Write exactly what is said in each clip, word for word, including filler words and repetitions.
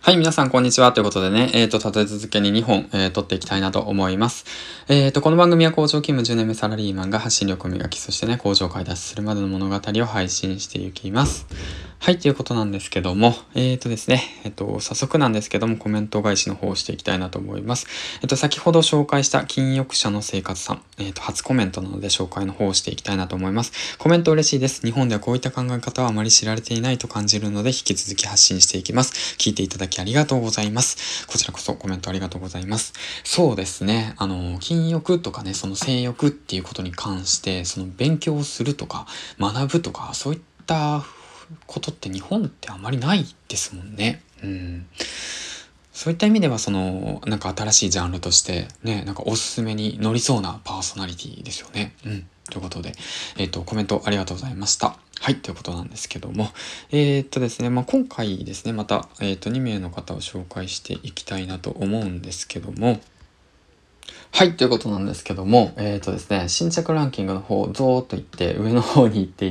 はい、皆さん、こんにちは。ということでね、えっ、ー、と、立て続けににほん、えー、撮っていきたいなと思います。えっ、ー、と、この番組は工場勤務じゅうねんめサラリーマンが発信力を磨き、そしてね、工場を開脱するまでの物語を配信していきます。はい、ということなんですけども、えっ、ー、とですね、えっ、と、早速なんですけども、コメント返しの方をしていきたいなと思います。えっ、と、先ほど紹介した禁欲者の生活さん、えっ、と、初コメントなので紹介の方をしていきたいなと思います。コメント嬉しいです。日本ではこういった考え方はあまり知られていないと感じるので、引き続き発信していきます。聞いていただきありがとうございます。こちらこそコメントありがとうございます。そうですね、あの、禁欲とかね、その性欲っていうことに関して、その勉強をするとか、学ぶとか、そういったことって日本ってあまりないですもんね。うん。そういった意味ではそのなんか新しいジャンルとしてね、なんかおすすめに乗りそうなパーソナリティですよね。うん。ということで、えっと、コメントありがとうございました。はい、ということなんですけども。えー、っとですね、まあ、今回ですね、また、えー、っと、にめいの方を紹介していきたいなと思うんですけども、はい、ということなんですけども、えー、っとですね、新着ランキングの方、ゾーっといって、上の方に行っていって、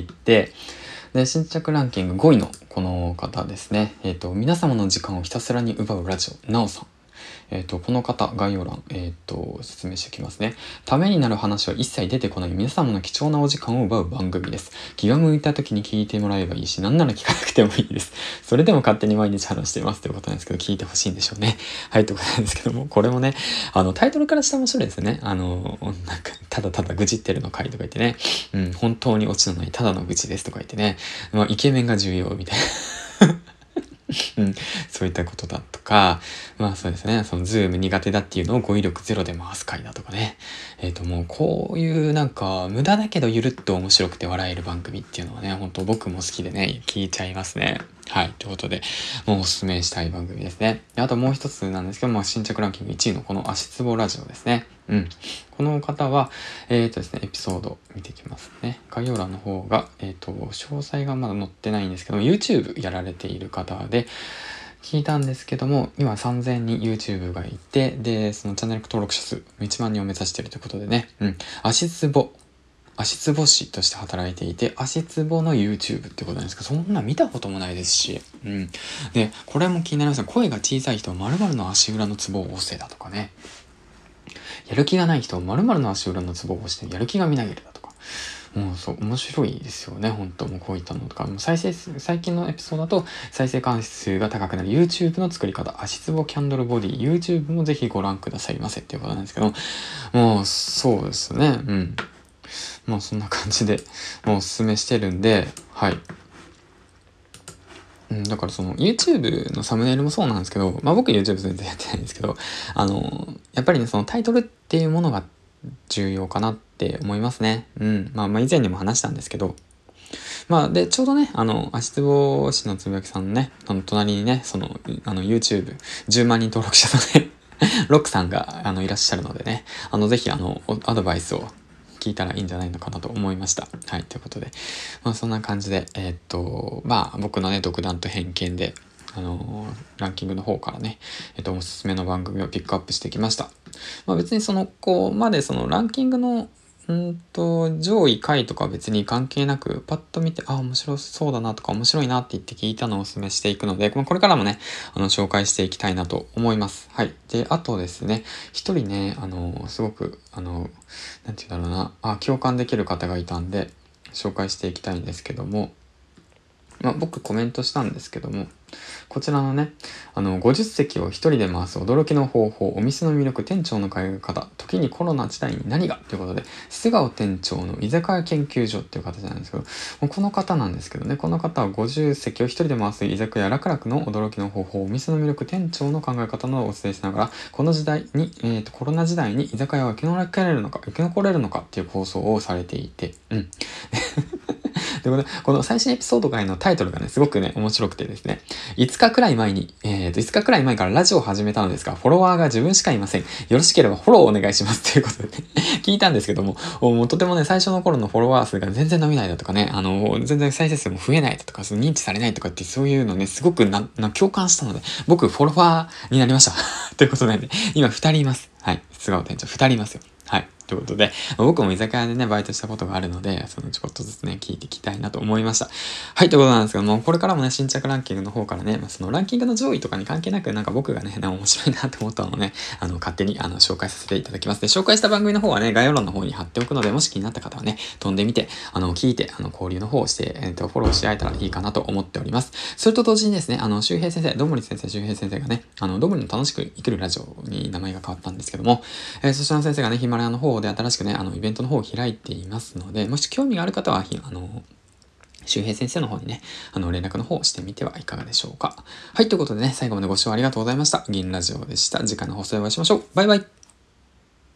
で、新着ランキングごいのこの方ですね。えっ、ー、と、皆様の時間をひたすらに奪うラジオ、なおさん。えっ、ー、と、この方、概要欄、えっ、ー、と、説明しておきますね。ためになる話は一切出てこない皆様の貴重なお時間を奪う番組です。気が向いた時に聞いてもらえばいいし、なんなら聞かなくてもいいです。それでも勝手に毎日話していますということなんですけど、聞いてほしいんでしょうね。はい、ということなんですけども、これもね、あの、タイトルからして面白いですね。あの、なんか、ただただ愚痴ってるの回とか言ってね、うん、本当にオチのないただの愚痴ですとか言ってね、まあ、イケメンが重要みたいな。うん、そういったことだとか、まあそうですね、そのズーム苦手だっていうのを語彙力ゼロで回す回だとかね。えっ、ー、ともうこういうなんか無駄だけどゆるっと面白くて笑える番組っていうのはね、本当僕も好きでね、聞いちゃいますね。はい。ということで、もうおすすめしたい番組ですね。あともう一つなんですけども、新着ランキングいちいのこの足つぼラジオですね。うん。この方は、えっ、ー、とですね、エピソード見ていきますね。概要欄の方が、えっ、ー、と、詳細がまだ載ってないんですけども、YouTube やられている方で、聞いたんですけども、今さんぜんにん YouTube がいて、で、そのチャンネル登録者数いちまんにんを目指しているということでね、うん。足つぼ。足つぼ師として働いていて、足つぼの YouTube ってことなんですけど、そんな見たこともないですし、うん。で、これも気になりますね。声が小さい人は〇〇の足裏のツボを押せだとかね。やる気がない人は〇〇の足裏のツボを押してやる気がみなぎるだとか。もうそう、面白いですよね。本当もうこういったのとか。もう再生数、最近のエピソードだと再生回数が高くなる YouTube の作り方、足つぼキャンドルボディ、YouTube もぜひご覧くださいませっていうことなんですけど、もうそうですね。うん。まあそんな感じでもうおすすめしてるんで、はい。うん、だからその YouTube のサムネイルもそうなんですけど、まあ僕 YouTube 全然やってないんですけど、あの、やっぱりね、そのタイトルっていうものが重要かなって思いますね。うん。まあまあ以前にも話したんですけど、まあで、ちょうどね、あの、足つぼ師のつぶやきさんのね、あの、隣にね、その、あの、YouTubeじゅうまんにん登録者のね、ロックさんが、あの、いらっしゃるのでね、あの、ぜひ、あの、アドバイスを聞いたらいいんじゃないのかなと思いました。はい、ということで。まあそんな感じで、えー、っと、まあ僕のね、独断と偏見で、あのー、ランキングの方からね、えっと、おすすめの番組をピックアップしてきました。まあ別にその、こう、までそのランキングの、うんと、上位回とか別に関係なく、パッと見て、あ、面白そうだなとか、面白いなって言って聞いたのをお勧めしていくので、これからもね、あの、紹介していきたいなと思います。はい。で、あとですね、一人ね、あの、すごく、あの、なんて言うんだろうな、あ、共感できる方がいたんで、紹介していきたいんですけども、まあ、僕コメントしたんですけども、こちらのね、あの、ごじゅっ席を一人で回す驚きの方法、お店の魅力、店長の考え方、時にコロナ時代に何がということで、菅顔店長の居酒屋研究所っていう形なんですけど、もうこの方なんですけどね、この方はごじゅっ席を一人で回す居酒屋楽々の驚きの方法、お店の魅力、店長の考え方などをお伝えしながら、この時代に、えっと、コロナ時代に居酒屋は生き残れるのか、生き残れるのかっていう構想をされていて、うん。ということで、この最新エピソード外のタイトルがね、すごくね、面白くてですね、いつかくらい前に、えーと、いつかくらい前からラジオを始めたのですが、フォロワーが自分しかいません。よろしければフォローお願いします。ということでね、聞いたんですけども、もうとてもね、最初の頃のフォロワー数が全然伸びないだとかね、あの、全然再生数も増えないだとか、その認知されないとかってそういうのね、すごくな、な、共感したので、僕フォロワーになりました。ということなんで、今ふたりいます。はい。菅尾店長ふたりいますよ。はい。 ということで、僕も居酒屋でね、バイトしたことがあるので、そのちょっとずつね、聞いていきたいなと思いました。はい、ということなんですけども、これからもね、新着ランキングの方からね、まあ、そのランキングの上位とかに関係なく、なんか僕がね、面白いなと思ったのをね、あの、勝手にあの紹介させていただきます。で、紹介した番組の方はね、概要欄の方に貼っておくので、もし気になった方はね、飛んでみて、あの、聞いて、あの、交流の方をして、えっと、フォローし合えたらいいかなと思っております。それと同時にですね、あの、周平先生、どんもり先生、周平先生がね、あの、どんもりの楽しく生きるラジオに名前が変わったんですけども、えー、そちらの先生がね、ヒマラヤの方で新しくね、あの、イベントの方を開いていますので、もし興味がある方は、あの、周平先生の方にね、あの、連絡の方をしてみてはいかがでしょうか。はい、ということでね、最後までご視聴ありがとうございました。銀ラジオでした。次回の放送でお会いしましょう。バイバイ。